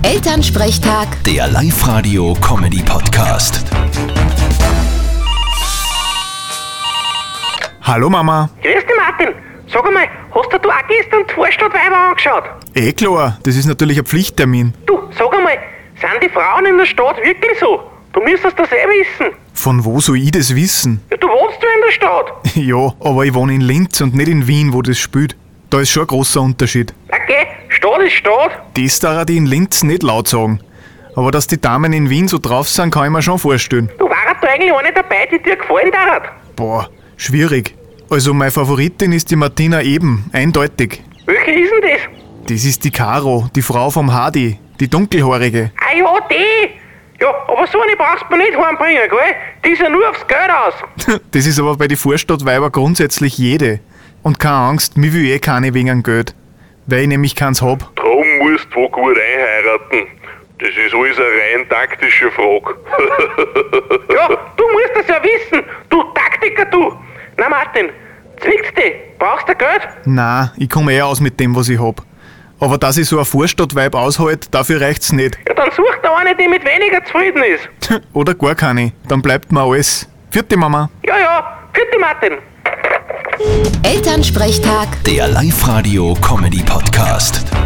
Elternsprechtag, Der Live-Radio-Comedy-Podcast. Hallo Mama. Grüß dich, Martin. Sag einmal, hast du auch gestern die Vorstadtweiber angeschaut? Klar, das ist natürlich ein Pflichttermin. Du, sag einmal, sind die Frauen in der Stadt wirklich so? Du müsstest das wissen. Von wo soll ich das wissen? Ja, du wohnst ja in der Stadt. Ja, aber ich wohne in Linz und nicht in Wien, wo das spielt. Da ist schon ein großer Unterschied. Okay, Stadt ist Stadt. Das darf ich in Linz nicht laut sagen. Aber dass die Damen in Wien so drauf sind, kann ich mir schon vorstellen. Du warst da eigentlich eine dabei, die dir gefallen hat. Boah, schwierig. Also meine Favoritin ist die Martina Eben, eindeutig. Welche ist denn das? Das ist die Caro, die Frau vom Hardy, die dunkelhaarige. Ah ja, die. Ja, aber so eine brauchst du mir nicht heimbringen, gell? Die ist ja nur aufs Geld aus. Das ist aber bei den Vorstadtweiber grundsätzlich jede. Und keine Angst, mich will keine wegen dem Geld. Weil ich nämlich keins hab. Drum musst du wo gut einheiraten. Das ist alles eine rein taktische Frage. Ja, du musst das ja wissen. Du Taktiker, du. Na Martin, zwickt's dich? Brauchst du Geld? Nein, ich komme aus mit dem, was ich hab. Aber dass ich so ein Vorstadtweib aushalte, dafür reicht's nicht. Ja, dann such da eine, die mit weniger zufrieden ist. Oder gar keine. Dann bleibt mir alles. Vierte Mama. Ja, bitte Martin. Elternsprechtag. Der Live-Radio-Comedy-Podcast.